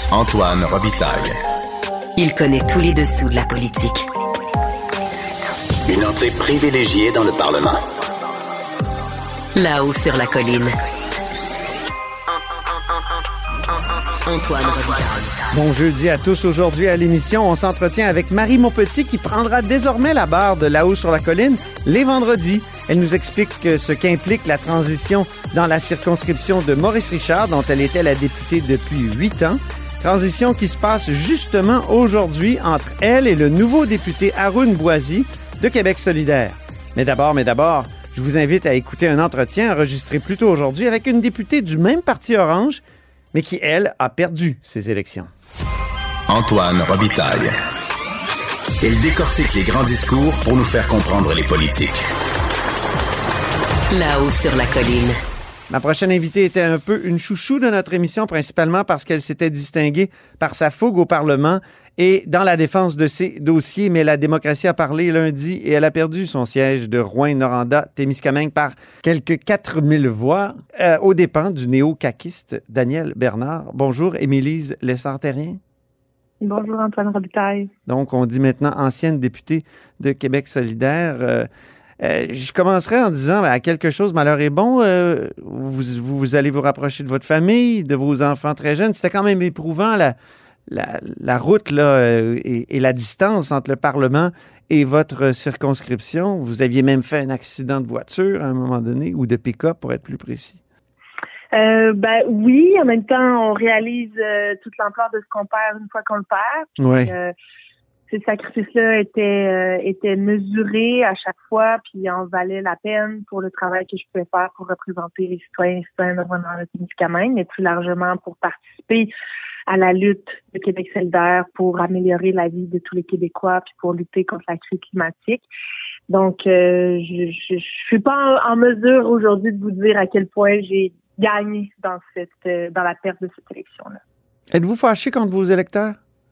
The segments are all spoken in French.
Antoine Robitaille. Il connaît tous les dessous de la politique. Une entrée privilégiée dans le Parlement. Là-haut sur la colline. Antoine Robitaille. Bon jeudi à tous. Aujourd'hui à l'émission, on s'entretient avec Marie Maupetit qui prendra désormais la barre de Là-haut sur la colline les vendredis. Elle nous explique ce qu'implique la transition dans la circonscription de Maurice Richard, dont elle était la députée depuis 8 ans. Transition qui se passe justement aujourd'hui entre elle et le nouveau député Haroun Boisi de Québec solidaire. Mais d'abord, je vous invite à écouter un entretien enregistré plus tôt aujourd'hui avec une députée du même parti Orange, mais qui, elle, a perdu ses élections. Antoine Robitaille. Il décortique les grands discours pour nous faire comprendre les politiques. Là-haut sur la colline. Ma prochaine invitée était un peu une chouchou de notre émission, principalement parce qu'elle s'était distinguée par sa fougue au Parlement et dans la défense de ses dossiers. Mais la démocratie a parlé lundi et elle a perdu son siège de Rouyn-Noranda-Témiscamingue par quelques 4000 voix aux dépens du néo-caquiste Daniel Bernard. Bonjour, Émilise Lessard-Terrien. Bonjour, Antoine Robitaille. Donc, on dit maintenant ancienne députée de Québec solidaire. Je commencerai en disant à quelque chose malheur est bon. Vous allez vous rapprocher de votre famille, de vos enfants très jeunes. C'était quand même éprouvant la route là, et la distance entre le Parlement et votre circonscription. Vous aviez même fait un accident de voiture à un moment donné, ou de pick-up pour être plus précis. Oui, en même temps, on réalise toute l'ampleur de ce qu'on perd une fois qu'on le perd. Puis, oui. Ces sacrifices-là étaient mesurés à chaque fois, puis en valaient la peine pour le travail que je pouvais faire pour représenter les citoyens et citoyennes de Rouyn-Noranda-Témiscamingue, mais plus largement pour participer à la lutte de Québec solidaire pour améliorer la vie de tous les Québécois, puis pour lutter contre la crise climatique. Donc, je suis pas en mesure aujourd'hui de vous dire à quel point j'ai gagné dans la perte de cette élection-là. Êtes-vous fâché contre vos électeurs?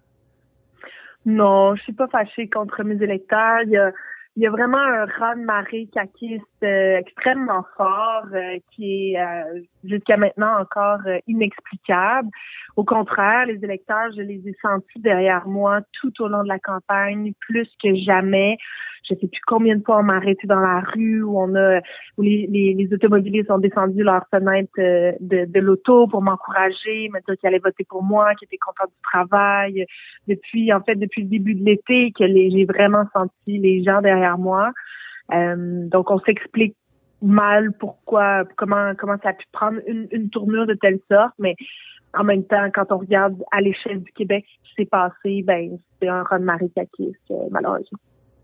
Non, je suis pas fâchée contre mes électeurs. Il y a vraiment un raz-de-marée caquiste extrêmement fort qui est jusqu'à maintenant encore inexplicable. Au contraire, les électeurs, je les ai sentis derrière moi tout au long de la campagne, plus que jamais. Je sais plus combien de fois on m'a arrêté dans la rue, où les automobilistes ont descendu leur fenêtre de l'auto pour m'encourager, me dire qu'ils allaient voter pour moi, qu'ils étaient contents du travail. Depuis le début de l'été, que j'ai vraiment senti les gens derrière moi. Donc, on s'explique mal comment ça a pu prendre une tournure de telle sorte, mais en même temps, quand on regarde à l'échelle du Québec ce qui s'est passé, c'est un raz-de-marée caquiste, malheureusement.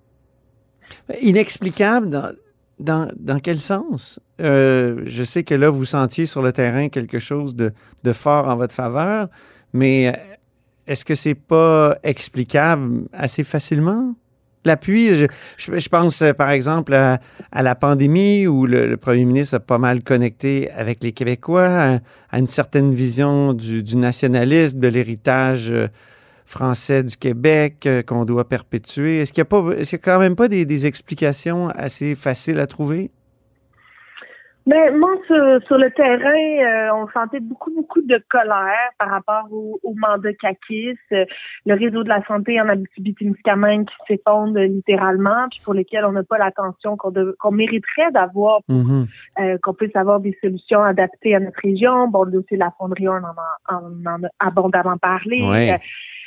Inexplicable dans quel sens? Je sais que là, vous sentiez sur le terrain quelque chose de fort en votre faveur, mais est-ce que c'est pas explicable assez facilement? L'appui, je pense par exemple à la pandémie où le premier ministre a pas mal connecté avec les Québécois, à une certaine vision du nationalisme, de l'héritage français du Québec qu'on doit perpétuer. Est-ce qu'il y a quand même pas des explications assez faciles à trouver? Mais moi, sur le terrain, on sentait beaucoup de colère par rapport au mandat caquiste, le réseau de la santé en Abitibi-Témiscamingue qui s'effondre littéralement, puis pour lesquels on n'a pas l'attention qu'on mériterait d'avoir pour qu'on puisse avoir des solutions adaptées à notre région. Bon, le dossier de la fonderie, on en a abondamment parlé. Ouais.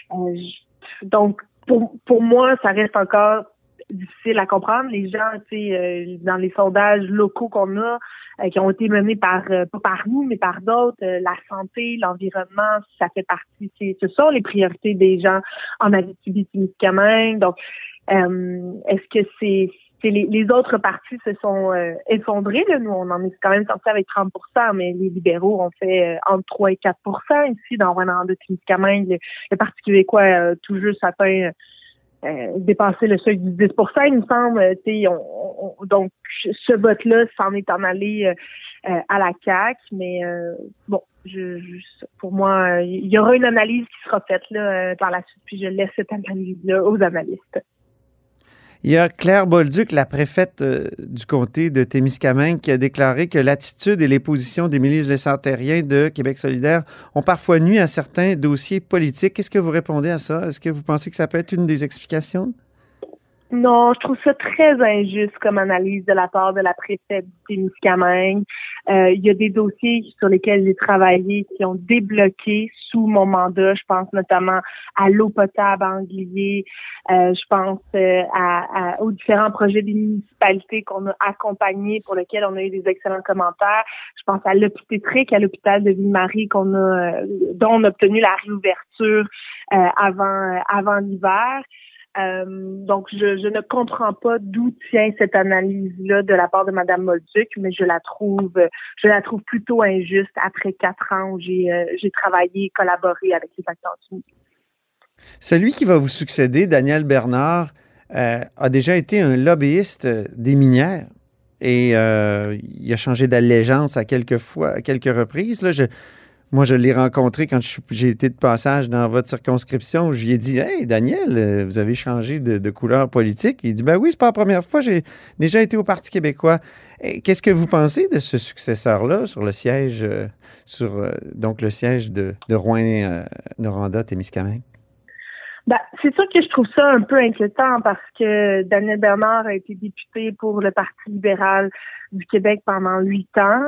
Donc, pour moi, ça reste encore difficile à comprendre. Les gens, dans les sondages locaux qu'on a, qui ont été menés pas par nous, mais par d'autres, la santé, l'environnement, ça fait partie. Ce sont les priorités des gens en Abitibi-Témiscamingue. Donc, est-ce que c'est les autres partis se sont effondrés, là. Nous, on en est quand même sortis avec 30%, mais les libéraux ont fait entre 3 et 4% ici dans Rouyn-Noranda-Témiscamingue. Le Parti québécois a tout juste atteint dépasser le seuil du 10%, il me semble. Donc, ce vote-là s'en est en allé à la CAQ, mais pour moi, il y aura une analyse qui sera faite là par la suite, puis je laisse cette analyse-là aux analystes. Il y a Claire Bolduc, la préfète du comté de Témiscamingue, qui a déclaré que l'attitude et les positions des milices des Centériens de Québec solidaire ont parfois nui à certains dossiers politiques. Qu'est-ce que vous répondez à ça? Est-ce que vous pensez que ça peut être une des explications? Non, je trouve ça très injuste comme analyse de la part de la préfète du Témiscamingue. Il y a des dossiers sur lesquels j'ai travaillé qui ont débloqué sous mon mandat. Je pense notamment à l'eau potable à Anglier. Je pense aux différents projets des municipalités qu'on a accompagnés, pour lesquels on a eu des excellents commentaires. Je pense à l'obstétrique, à l'hôpital de Ville-Marie dont on a obtenu la réouverture avant l'hiver. Donc, je ne comprends pas d'où tient cette analyse-là de la part de Mme Bolduc, mais je la trouve plutôt injuste après 4 ans où j'ai travaillé et collaboré avec les acteurs du milieu. Celui qui va vous succéder, Daniel Bernard, a déjà été un lobbyiste des minières et il a changé d'allégeance à quelques reprises. Là, Moi, je l'ai rencontré quand j'ai été de passage dans votre circonscription. Je lui ai dit « Hey, Daniel, vous avez changé de couleur politique. » Il dit « Ben oui, c'est pas la première fois. J'ai déjà été au Parti québécois. » Qu'est-ce que vous pensez de ce successeur-là sur le siège, donc le siège de Rouyn-Noranda-Témiscamingue? Ben, c'est sûr que je trouve ça un peu inquiétant parce que Daniel Bernard a été député pour le Parti libéral du Québec pendant 8 ans.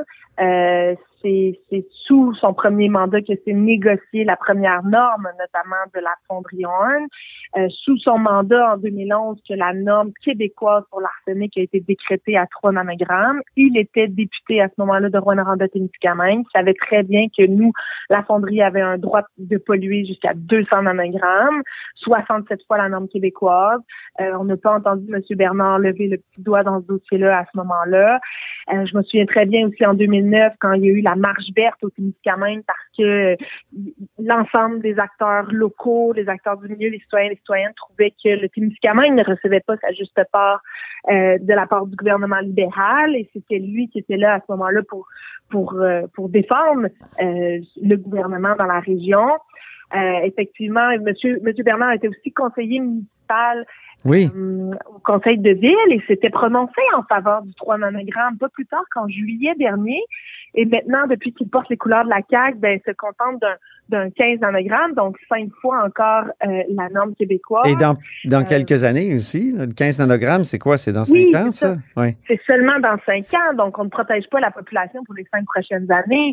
C'est sous son premier mandat que s'est négociée la première norme, notamment de la fonderie Horn. Sous son mandat en 2011, que la norme québécoise pour l'arsenic a été décrétée à 3 nanogrammes. Il était député à ce moment-là de Rouyn-Noranda-Témiscamingue. Il savait très bien que nous, la fonderie avait un droit de polluer jusqu'à 200 nanogrammes, 67 fois la norme québécoise. On n'a pas entendu M. Bernard lever le petit doigt dans ce dossier-là à ce moment-là. Je me souviens très bien aussi en 2009 quand il y a eu la marche verte au Témiscamingue parce que l'ensemble des acteurs locaux, les acteurs du milieu, les citoyens et les citoyennes trouvaient que le Témiscamingue ne recevait pas sa juste part de la part du gouvernement libéral et c'était lui qui était là à ce moment-là pour défendre le gouvernement dans la région. Effectivement, Monsieur Bernard était aussi conseiller municipal au conseil de ville et s'était prononcé en faveur du 3 nanogrammes pas plus tard qu'en juillet dernier. Et maintenant, depuis qu'il porte les couleurs de la CAQ, il se contente d'un 15 nanogrammes, donc 5 fois encore la norme québécoise. Et dans quelques années aussi, le 15 nanogrammes, c'est quoi? C'est dans 5 ans, ça? Oui. C'est seulement dans 5 ans, donc on ne protège pas la population pour les 5 prochaines années.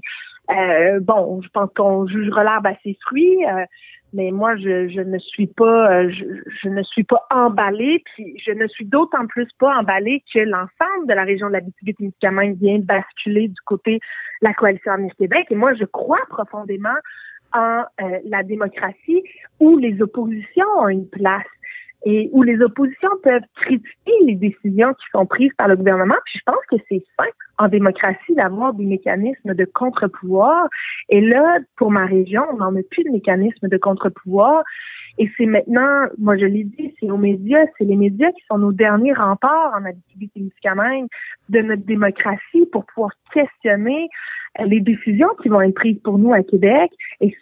Je pense qu'on jugera l'herbe à ses fruits. Mais moi, je ne suis pas emballée, puis je ne suis d'autant plus pas emballée que l'ensemble de la région de l'Abitibi-Témiscamingue vient basculer du côté de la Coalition Avenir Québec. Et moi, je crois profondément en la démocratie où les oppositions ont une place et où les oppositions peuvent critiquer les décisions qui sont prises par le gouvernement. Puis je pense que c'est sain en démocratie d'avoir des mécanismes de contre-pouvoir. Et là, pour ma région, on n'en a plus de mécanismes de contre-pouvoir. Et c'est maintenant, moi je l'ai dit, c'est les médias qui sont nos derniers remparts en Abitibi-Témiscamingue de notre démocratie pour pouvoir questionner les décisions qui vont être prises pour nous à Québec. Et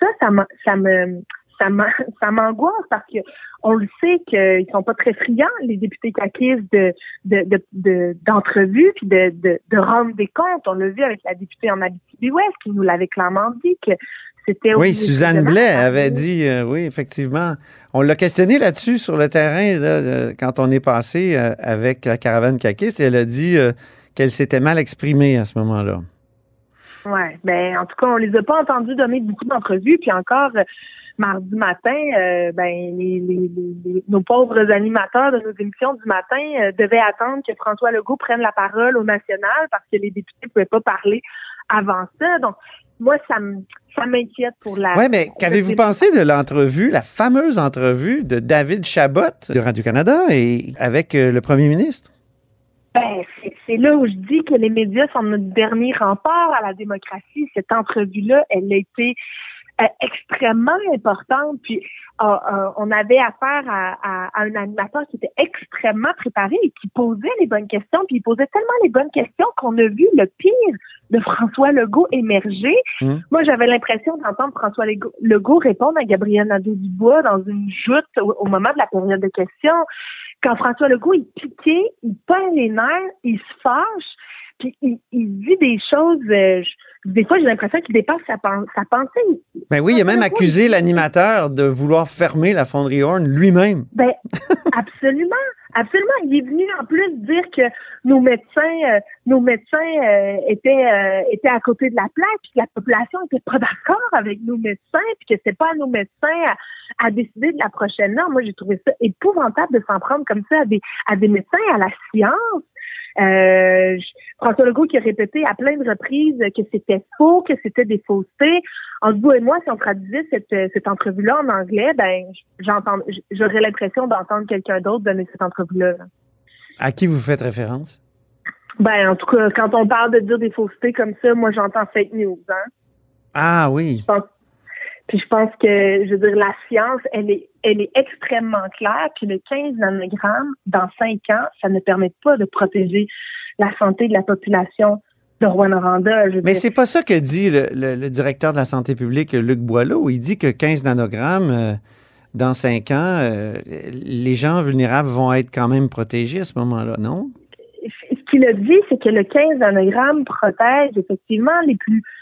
ça m'angoisse parce que on le sait qu'ils sont pas très friands, les députés caquistes d'entrevues puis de rendre des comptes. On l'a vu avec la députée en Abitibi-Ouest qui nous l'avait clairement dit que c'était... Oui, Suzanne Blais avait dit, oui, effectivement. On l'a questionné là-dessus sur le terrain là, quand on est passé avec la caravane caquiste et elle a dit qu'elle s'était mal exprimée à ce moment-là. Oui, en tout cas, on les a pas entendus donner beaucoup d'entrevues puis encore... Mardi matin, nos pauvres animateurs de nos émissions du matin devaient attendre que François Legault prenne la parole au national parce que les députés ne pouvaient pas parler avant ça. Donc, moi, ça m'inquiète pour la... Oui, mais qu'avez-vous pensé de l'entrevue, la fameuse entrevue de David Chabot de Radio-Canada et avec le premier ministre? C'est là où je dis que les médias sont notre dernier rempart à la démocratie. Cette entrevue-là, elle a été... extrêmement importante, puis on avait affaire à un animateur qui était extrêmement préparé et qui posait les bonnes questions, puis il posait tellement les bonnes questions qu'on a vu le pire de François Legault émerger. Moi, j'avais l'impression d'entendre François Legault répondre à Gabriel Nadeau-Dubois dans une joute au moment de la période de questions. quand François Legault est piqué, il peint les nerfs, il se fâche, puis il dit des choses, des fois j'ai l'impression qu'il dépasse sa pensée. Ben oui, il a même accusé l'animateur de vouloir fermer la fonderie Horn lui-même. Ben, absolument. Absolument. Il est venu en plus dire que nos médecins étaient à côté de la plaque, puis que la population n'était pas d'accord avec nos médecins, puis que c'est pas à nos médecins à décider de la prochaine norme. Moi, j'ai trouvé ça épouvantable de s'en prendre comme ça à des médecins, à la science. François Legault qui a répété à plein de reprises que c'était faux, que c'était des faussetés. Entre vous et moi, si on traduisait cette entrevue-là en anglais, ben j'aurais l'impression d'entendre quelqu'un d'autre donner cette entrevue-là. À qui vous faites référence? Ben, en tout cas, quand on parle de dire des faussetés comme ça, moi j'entends fake news, hein. Ah oui. Je pense que, je veux dire, la science, elle est extrêmement claire. Puis le 15 nanogrammes, dans 5 ans, ça ne permet pas de protéger la santé de la population de Rouyn-Noranda. Mais c'est pas ça que dit le directeur de la santé publique, Luc Boileau. Il dit que 15 nanogrammes, dans 5 ans, les gens vulnérables vont être quand même protégés à ce moment-là, non? Ce qu'il a dit, c'est que le 15 nanogrammes protège effectivement les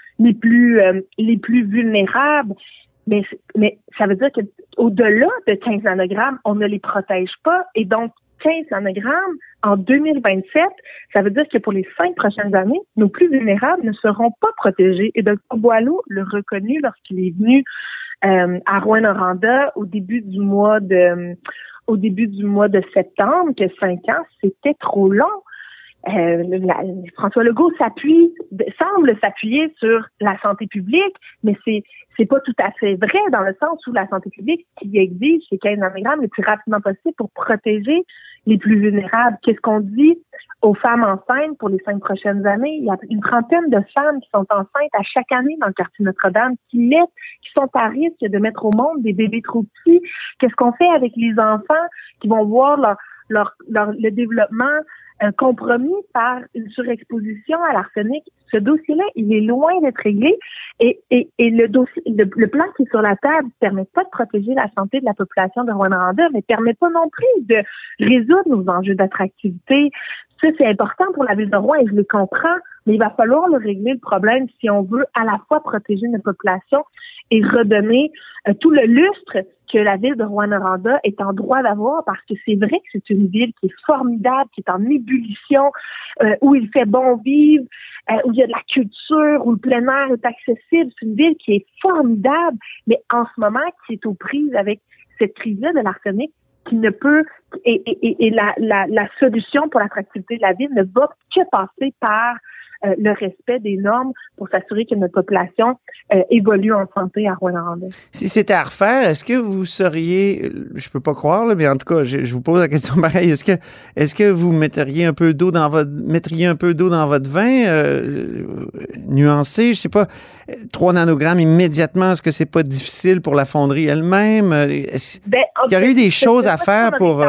plus vulnérables, mais ça veut dire que au-delà de 15 nanogrammes, on ne les protège pas, et donc 15 nanogrammes en 2027, ça veut dire que pour les 5 prochaines années, nos plus vulnérables ne seront pas protégés. Et Dr Boileau l'a reconnu lorsqu'il est venu à Rouyn-Noranda au début du mois de septembre, que 5 ans, c'était trop long. François Legault semble s'appuyer sur la santé publique, mais c'est pas tout à fait vrai, dans le sens où la santé publique, qui exige ces 15 nanogrammes le plus rapidement possible pour protéger les plus vulnérables. Qu'est-ce qu'on dit aux femmes enceintes pour les 5 prochaines années? Il y a une trentaine de femmes qui sont enceintes à chaque année dans le quartier Notre-Dame, qui sont à risque de mettre au monde des bébés trop petits. Qu'est-ce qu'on fait avec les enfants qui vont voir le développement compromis par une surexposition à l'arsenic? Ce dossier-là, il est loin d'être réglé, et le plan qui est sur la table ne permet pas de protéger la santé de la population de Rouyn-Noranda, mais ne permet pas non plus de résoudre nos enjeux d'attractivité. Ça, c'est important pour la ville de Rouen, et je le comprends, mais il va falloir le régler, le problème, si on veut à la fois protéger notre population et redonner tout le lustre que la ville de Rouyn-Noranda est en droit d'avoir, parce que c'est vrai que c'est une ville qui est formidable, qui est en ébullition, où il fait bon vivre, où il y a de la culture, où le plein air est accessible. C'est une ville qui est formidable, mais en ce moment, qui est aux prises avec cette crise-là de l'arsenic, qui ne peut, et la solution pour l'attractivité de la ville ne va que passer par le respect des normes pour s'assurer que notre population évolue en santé à Rouyn-Noranda. Si c'était à refaire, est-ce que vous seriez, je peux pas croire, là, mais en tout cas, je vous pose la question pareille, est-ce que vous mettriez un peu d'eau dans votre vin, nuancé, je sais pas, 3 nanogrammes immédiatement, est-ce que c'est pas difficile pour la fonderie elle-même? Est-ce qu'il y aurait eu des choses à faire pour...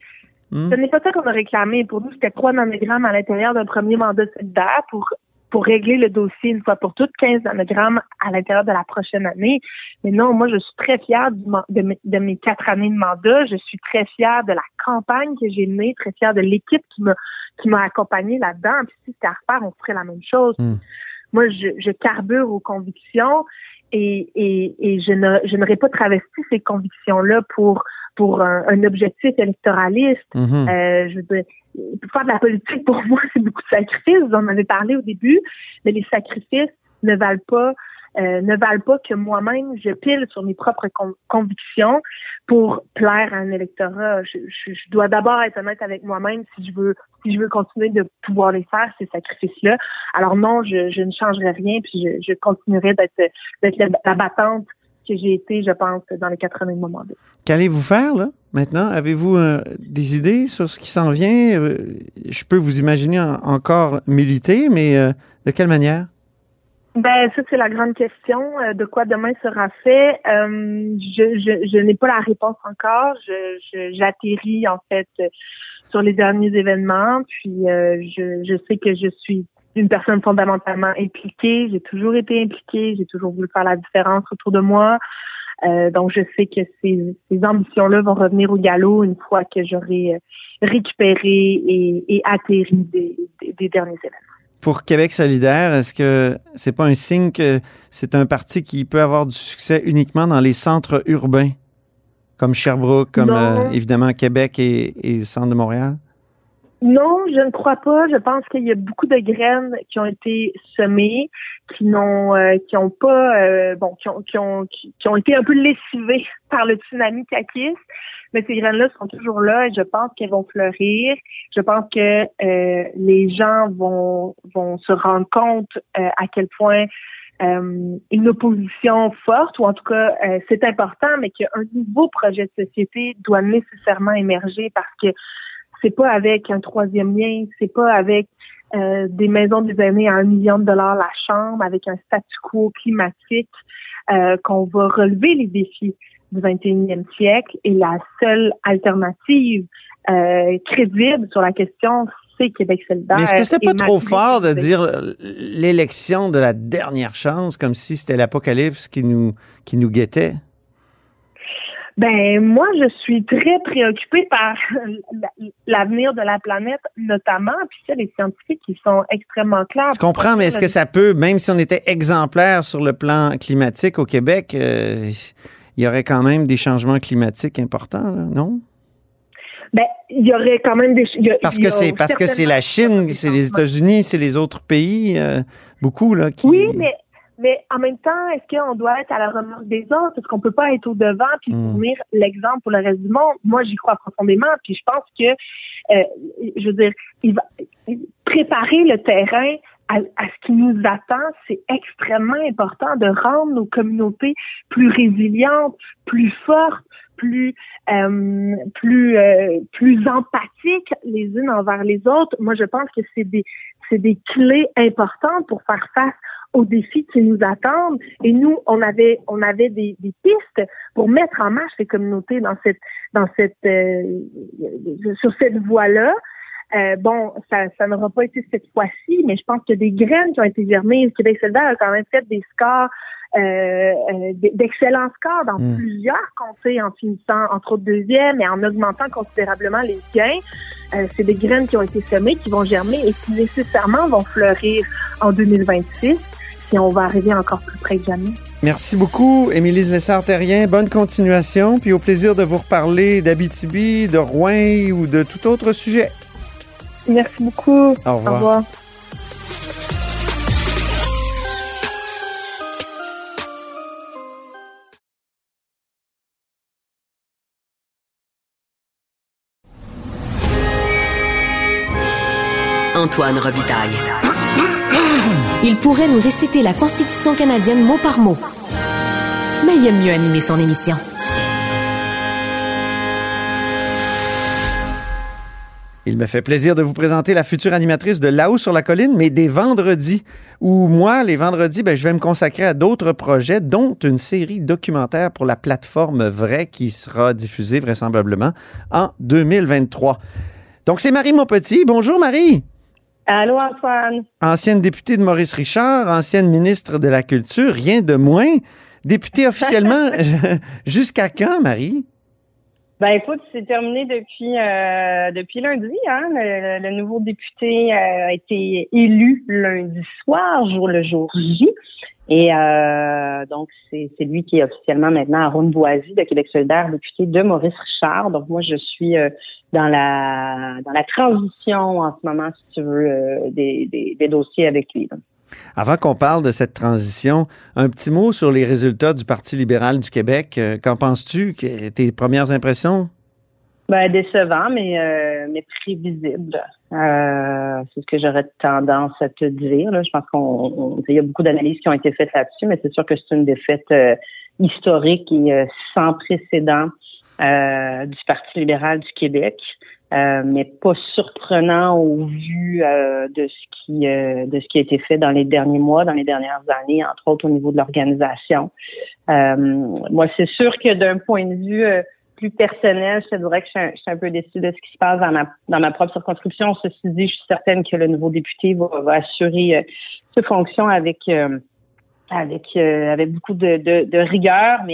Ce n'est pas ça qu'on a réclamé. Pour nous, c'était 3 nanogrammes à l'intérieur d'un premier mandat solidaire pour régler le dossier une fois pour toutes, 15 nanogrammes à l'intérieur de la prochaine année. Mais non, moi, je suis très fière de mes 4 années de mandat. Je suis très fière de la campagne que j'ai menée, très fière de l'équipe qui m'a accompagnée là-dedans. Puis si c'était à refaire, on ferait la même chose. Moi, je carbure aux convictions, et je n'aurais pas travesti ces convictions-là pour un objectif électoraliste. Je veux dire, faire de la politique, pour moi, c'est beaucoup de sacrifices. Vous en avez parlé au début, mais les sacrifices ne valent pas que moi-même, je pile sur mes propres convictions pour plaire à un électorat. Je dois d'abord être honnête avec moi-même si je veux continuer de pouvoir les faire, ces sacrifices-là. Alors non, je ne changerai rien, puis je continuerai d'être la battante que j'ai été, je pense, dans les 4 années de mon mandat. Qu'allez-vous faire, là, maintenant? Avez-vous des idées sur ce qui s'en vient? Je peux vous imaginer encore militer, mais de quelle manière? Ben, ça, c'est la grande question. De quoi demain sera fait? Je n'ai pas la réponse encore. J'atterris, en fait, sur les derniers événements. Puis, je sais que je suis une personne fondamentalement impliquée. J'ai toujours été impliquée. J'ai toujours voulu faire la différence autour de moi. Donc, je sais que ces ambitions-là vont revenir au galop une fois que j'aurai récupéré et atterri des derniers événements. Pour Québec solidaire, est-ce que c'est pas un signe que c'est un parti qui peut avoir du succès uniquement dans les centres urbains, comme Sherbrooke, comme évidemment Québec et le centre de Montréal? Non, je ne crois pas. Je pense qu'il y a beaucoup de graines qui ont été semées, qui ont été un peu lessivées par le tsunami caquiste. Mais ces graines-là sont toujours là et je pense qu'elles vont fleurir. Je pense que les gens vont se rendre compte à quel point une opposition forte, ou en tout cas c'est important, mais qu'un nouveau projet de société doit nécessairement émerger, parce que c'est pas avec un troisième lien, c'est pas avec des maisons des aînés à $1 million la chambre, avec un statu quo climatique qu'on va relever les défis du 21e siècle. Et la seule alternative crédible sur la question, c'est Québec solidaire. Mais est-ce que c'était pas trop fort de dire l'élection de la dernière chance, comme si c'était l'apocalypse qui nous guettait? Ben, moi, je suis très préoccupée par l'avenir de la planète, notamment. Puis ça, les scientifiques, ils sont extrêmement clairs. Je comprends, mais est-ce que ça peut, même si on était exemplaire sur le plan climatique au Québec, il y aurait quand même des changements climatiques importants, là, non? Ben, il y aurait quand même des... Parce que c'est la Chine, c'est les États-Unis, c'est les autres pays, beaucoup, là, qui... Oui, mais en même temps, est-ce qu'on doit être à la remorque des autres? Est-ce qu'on peut pas être au-devant puis fournir l'exemple pour le reste du monde? Moi, j'y crois profondément, puis je pense que, je veux dire, il va préparer le terrain à ce qui nous attend. C'est extrêmement important de rendre nos communautés plus résilientes, plus fortes, plus empathiques les unes envers les autres. Moi, je pense que c'est des clés importantes pour faire face aux défis qui nous attendent. Et nous, on avait des pistes pour mettre en marche les communautés sur cette voie-là. Ça n'aura pas été cette fois-ci, mais je pense qu'il y a des graines qui ont été germées. Le Québec solidaire a quand même fait des scores, d'excellents scores dans plusieurs comtés, en finissant entre autres deuxième et en augmentant considérablement les gains. C'est des graines qui ont été semées, qui vont germer et qui nécessairement vont fleurir en 2026. Et on va arriver encore plus près que jamais. Merci beaucoup, Émilie Lessard-Terrien. Bonne continuation, puis au plaisir de vous reparler d'Abitibi, de Rouen ou de tout autre sujet. Merci beaucoup. Au revoir. Au revoir. Antoine Robitaille. Il pourrait nous réciter la Constitution canadienne mot par mot. Mais il aime mieux animer son émission. Il me fait plaisir de vous présenter la future animatrice de Là-haut sur la colline, mais des vendredis, où moi, les vendredis, je vais me consacrer à d'autres projets, dont une série documentaire pour la plateforme Vrai qui sera diffusée vraisemblablement en 2023. Donc, c'est Marie Montpetit. Bonjour, Marie. Allô, Antoine. Ancienne députée de Maurice Richard, ancienne ministre de la Culture, rien de moins. Députée officiellement, jusqu'à quand, Marie? Ben écoute, c'est terminé depuis lundi. Hein? Le nouveau député a été élu lundi soir, le jour J. Et donc, c'est lui qui est officiellement maintenant Arun Boisy de Québec solidaire, député de Maurice Richard. Donc, moi, je suis dans la transition en ce moment, si tu veux, des dossiers avec lui. Là. Avant qu'on parle de cette transition, un petit mot sur les résultats du Parti libéral du Québec. Qu'en penses-tu? Tes premières impressions? Ben, décevant, mais prévisible. C'est ce que j'aurais tendance à te dire. Là. Je pense il y a beaucoup d'analyses qui ont été faites là-dessus, mais c'est sûr que c'est une défaite historique et sans précédent du Parti libéral du Québec. Mais pas surprenant au vu de ce qui a été fait dans les derniers mois, dans les dernières années, entre autres au niveau de l'organisation. Moi, c'est sûr que d'un point de vue plus personnel, je te dirais que je suis un peu déçue de ce qui se passe dans ma propre circonscription. Ceci dit, je suis certaine que le nouveau député va assurer ses fonctions avec beaucoup de rigueur, mais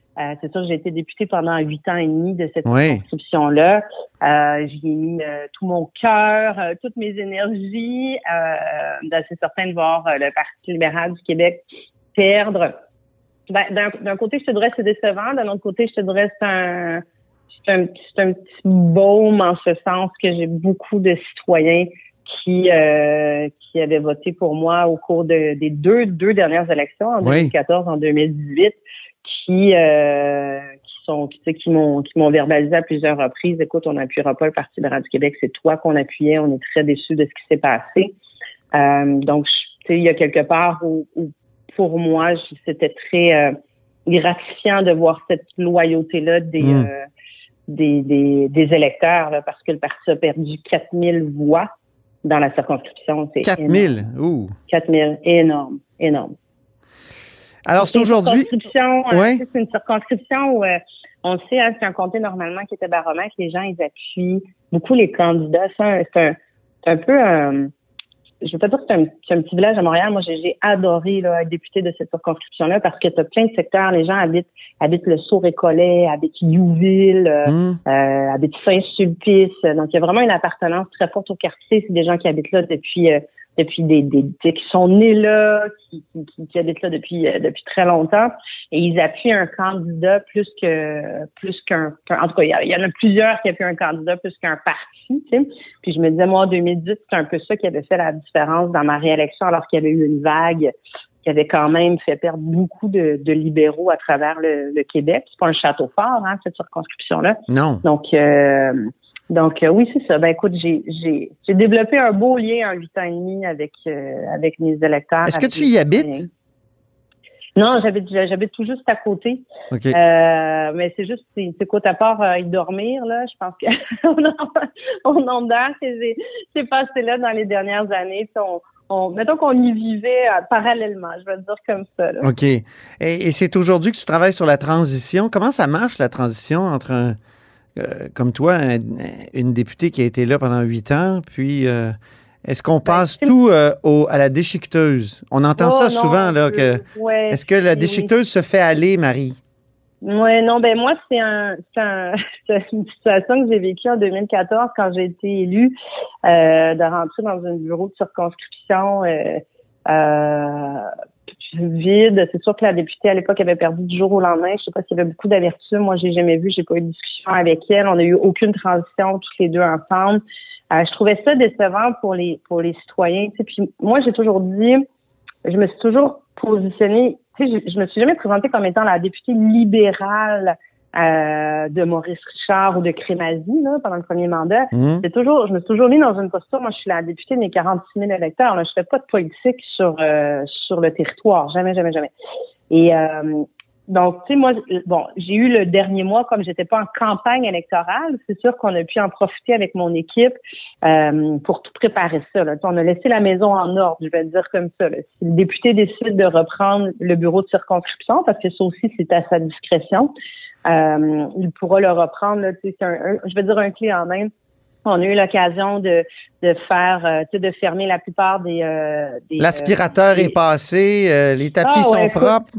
C'est sûr que j'ai été députée pendant 8 ans et demi de cette circonscription-là. J'y ai mis tout mon cœur, toutes mes énergies. C'est certain de voir le Parti libéral du Québec perdre. D'un côté, je te dirais c'est décevant. D'un autre côté, je te dirais c'est un petit baume en ce sens que j'ai beaucoup de citoyens qui avaient voté pour moi au cours des deux dernières élections, en 2014, en 2018, qui m'ont verbalisé à plusieurs reprises. Écoute, on n'appuiera pas le Parti libéral du Québec, c'est toi qu'on appuyait, on est très déçus de ce qui s'est passé. Donc, il y a quelque part où pour moi, c'était très gratifiant de voir cette loyauté-là des électeurs, là, parce que le parti a perdu 4000 voix dans la circonscription. C'est 4000? Ouh! 4000, énorme. Alors, c'est aujourd'hui... C'est une circonscription où, on le sait, c'est un comté normalement qui était baromètre. Les gens, ils appuient beaucoup les candidats. C'est un peu... je veux pas dire que c'est un petit village à Montréal. Moi, j'ai adoré là, être députée de cette circonscription-là parce que tu as plein de secteurs. Les gens habitent le Sault-Récollet, habitent Youville, habitent Saint-Sulpice. Donc, il y a vraiment une appartenance très forte au quartier. C'est des gens qui habitent là depuis qui sont nés là, qui habitent là depuis très longtemps. Et ils appuient un candidat plus qu'un en tout cas, il y en a plusieurs qui appuient un candidat plus qu'un parti, tu sais. Puis je me disais, moi, en 2010, c'est un peu ça qui avait fait la différence dans ma réélection, alors qu'il y avait eu une vague qui avait quand même fait perdre beaucoup de libéraux à travers le Québec. C'est pas un château fort, cette circonscription-là. Non. Donc oui, c'est ça. Ben écoute, j'ai développé un beau lien en 8 ans et demi avec mes électeurs. Est-ce que tu y habites? Non, j'habite tout juste à côté. Okay. Mais c'est juste, écoute, à part y dormir, là, je pense que on endort que j'ai passé là dans les dernières années. Mettons qu'on y vivait parallèlement, je vais le dire comme ça. Là. OK. Et c'est aujourd'hui que tu travailles sur la transition. Comment ça marche, la transition entre comme toi, une députée qui a été là pendant 8 ans, puis est-ce qu'on passe tout à la déchiqueteuse? On entend ça souvent, là, que... Ouais, est-ce que la déchiqueteuse se fait aller, Marie? Oui, non, ben moi, c'est une situation que j'ai vécue en 2014 quand j'ai été élue, de rentrer dans un bureau de circonscription vide. C'est sûr que la députée à l'époque avait perdu du jour au lendemain. Je sais pas s'il y avait beaucoup d'amertume. Moi, j'ai jamais vu, j'ai pas eu de discussion avec elle. On n'a eu aucune transition toutes les deux ensemble. Je trouvais ça décevant pour les citoyens. Tu sais. Puis moi, j'ai toujours dit, je me suis toujours positionnée. Tu sais, je me suis jamais présentée comme étant la députée libérale de Maurice Richard ou de Crémazie là, pendant le premier mandat. Je me suis toujours mis dans une posture. Moi, je suis la députée de mes 46 000 électeurs. Là, je fais pas de politique sur le territoire. Jamais. Et donc, tu sais, moi, bon, j'ai eu le dernier mois, comme j'étais pas en campagne électorale, c'est sûr qu'on a pu en profiter avec mon équipe pour tout préparer ça. Là. On a laissé la maison en ordre, je vais le dire comme ça. Là. Si le député décide de reprendre le bureau de circonscription, parce que ça aussi, c'est à sa discrétion, il pourra le reprendre. Là, c'est je vais dire un clé en main. On a eu l'occasion de faire, de fermer la plupart des l'aspirateur est passé, les tapis sont propres.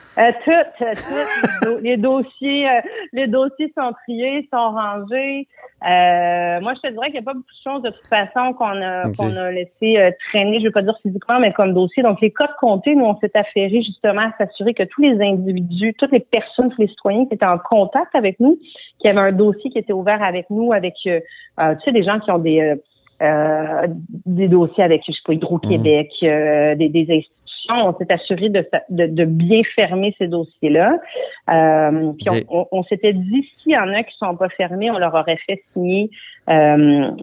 Les dossiers sont triés, sont rangés. Moi, je te dirais qu'il n'y a pas beaucoup de choses de toute façon qu'on a laissé traîner, je ne veux pas dire physiquement, mais comme dossier. Donc, les cas de comté, nous, on s'est affairé justement à s'assurer que tous les individus, toutes les personnes, tous les citoyens qui étaient en contact avec nous, qui avaient un dossier qui était ouvert avec nous, avec tu sais, des gens qui ont des dossiers avec, je sais pas, Hydro-Québec, des institutions. On s'est assuré de bien fermer ces dossiers-là. Puis on s'était dit, s'il y en a qui sont pas fermés, on leur aurait fait signer un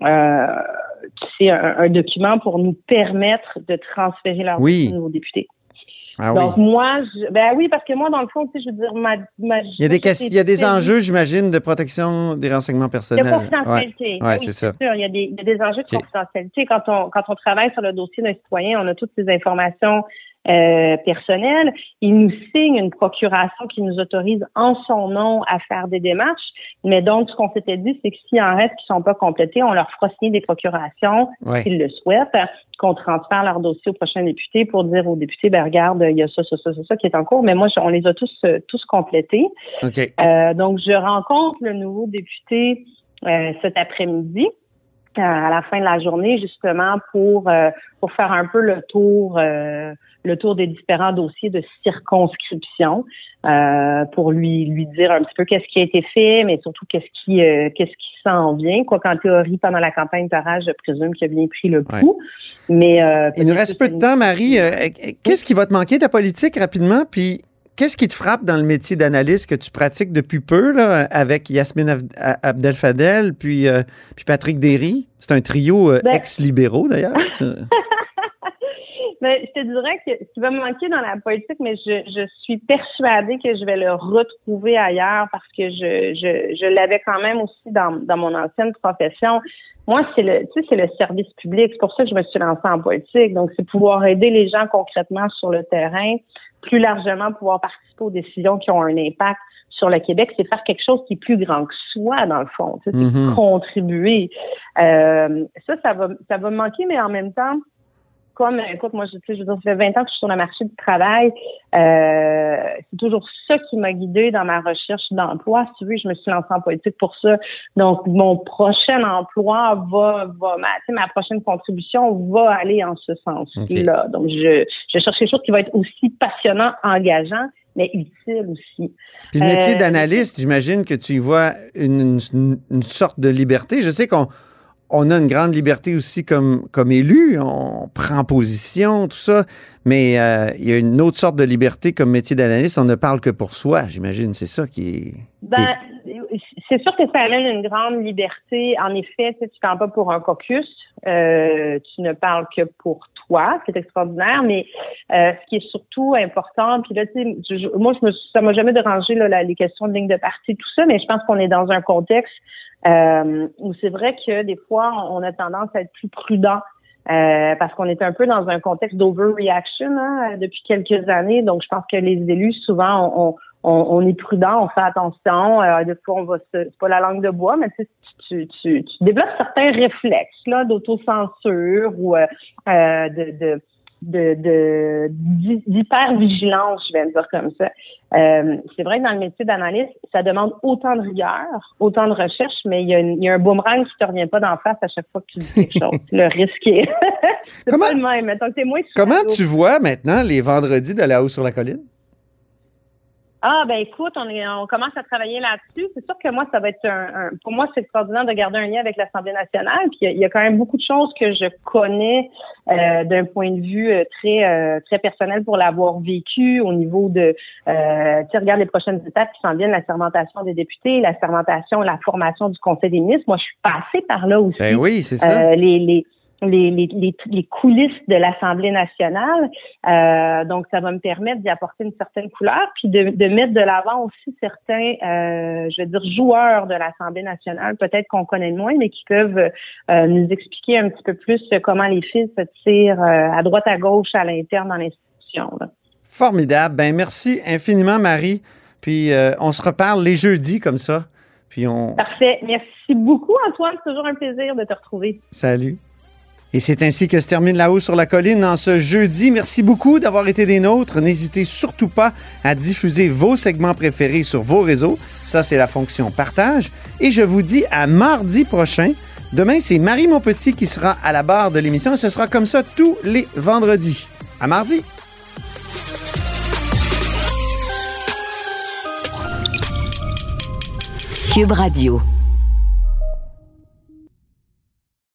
document pour nous permettre de transférer leur dossier aux députés. Ah, donc moi, oui, parce que moi, dans le fond, tu sais, je veux dire, il y a des enjeux, j'imagine, de protection des renseignements personnels. De confidentialité. Ouais, c'est ça. Sûr, il y a des enjeux de confidentialité. Quand on travaille sur le dossier d'un citoyen, on a toutes ces informations personnel. Il nous signe une procuration qui nous autorise en son nom à faire des démarches. Mais donc, ce qu'on s'était dit, c'est que s'il en reste qui sont pas complétés, on leur fera signer des procurations s'ils le souhaitent, qu'on transfère leur dossier au prochain député pour dire au député, regarde, il y a ça qui est en cours. Mais moi, on les a tous complétés. Okay. Donc, je rencontre le nouveau député cet après-midi. À la fin de la journée, justement, pour faire un peu le tour des différents dossiers de circonscription, pour lui dire un petit peu qu'est-ce qui a été fait, mais surtout qu'est-ce qui s'en vient. Quoi qu'en théorie, pendant la campagne de barrage, je présume qu'il a bien pris le coup. Ouais. Mais il nous reste peu de temps, Marie. Qu'est-ce qui va te manquer de la politique rapidement? Puis qu'est-ce qui te frappe dans le métier d'analyste que tu pratiques depuis peu là, avec Yasmine Abdel-Fadel puis Patrick Derry? C'est un trio ex-libéraux, d'ailleurs. Mais je te dirais que ce qui va me manquer dans la politique, mais je suis persuadée que je vais le retrouver ailleurs parce que je l'avais quand même aussi dans mon ancienne profession. Moi, c'est le service public. C'est pour ça que je me suis lancée en politique. Donc, c'est pouvoir aider les gens concrètement sur le terrain, plus largement pouvoir participer aux décisions qui ont un impact sur le Québec, c'est faire quelque chose qui est plus grand que soi, dans le fond. C'est contribuer. Ça va me manquer, mais en même temps, écoute, moi, je veux dire, ça fait 20 ans que je suis sur le marché du travail. C'est toujours ça qui m'a guidée dans ma recherche d'emploi. Si tu veux, je me suis lancée en politique pour ça. Donc, mon prochain emploi ma prochaine contribution va aller en ce sens-là. Okay. Donc, je cherche quelque chose qui va être aussi passionnant, engageant, mais utile aussi. Puis le métier d'analyste, j'imagine que tu y vois une sorte de liberté. Je sais qu'on a une grande liberté aussi comme élu, on prend position, tout ça, mais il y a une autre sorte de liberté comme métier d'analyste, on ne parle que pour soi, j'imagine, c'est ça qui est... C'est sûr que ça amène une grande liberté. En effet, tu ne parles pas pour un caucus, tu ne parles que pour toi, c'est extraordinaire, mais ce qui est surtout important, puis là, tu sais, ça m'a jamais dérangé là, les questions de ligne de parti, tout ça, mais je pense qu'on est dans un contexte où c'est vrai que des fois, on a tendance à être plus prudent parce qu'on est un peu dans un contexte d'overreaction depuis quelques années. Donc, je pense que les élus, souvent, on est prudent, on fait attention. Des fois, c'est pas la langue de bois, mais tu développes certains réflexes là d'autocensure ou d'hypervigilance, je vais le dire comme ça. C'est vrai que dans le métier d'analyste, ça demande autant de rigueur, autant de recherche, mais il y a un boomerang qui te revient pas d'en face à chaque fois que tu dis quelque chose. Le risque est c'est pas le même. Mettons que t'es moins comment tu vois maintenant les vendredis de La Haut sur la Colline? Ah, ben écoute, on commence à travailler là-dessus. C'est sûr que moi, ça va être pour moi, c'est extraordinaire de garder un lien avec l'Assemblée nationale. Puis il y a quand même beaucoup de choses que je connais d'un point de vue très personnel pour l'avoir vécu au niveau de regarde les prochaines étapes qui s'en viennent, la sermentation des députés, la formation du Conseil des ministres. Moi, je suis passée par là aussi. Ben oui, c'est ça. Les coulisses de l'Assemblée nationale. Donc, ça va me permettre d'y apporter une certaine couleur, puis de mettre de l'avant aussi certains, joueurs de l'Assemblée nationale, peut-être qu'on connaît moins, mais qui peuvent nous expliquer un petit peu plus comment les fils se tirent à droite, à gauche, à l'interne dans l'institution. Là. Formidable. Ben merci infiniment, Marie. Puis, on se reparle les jeudis comme ça. Puis Parfait. Merci beaucoup, Antoine. C'est toujours un plaisir de te retrouver. Salut. Et c'est ainsi que se termine La Haut sur la Colline en ce jeudi. Merci beaucoup d'avoir été des nôtres. N'hésitez surtout pas à diffuser vos segments préférés sur vos réseaux. Ça, c'est la fonction partage. Et je vous dis à mardi prochain. Demain, c'est Marie Monpetit qui sera à la barre de l'émission. Et ce sera comme ça tous les vendredis. À mardi. Cube Radio.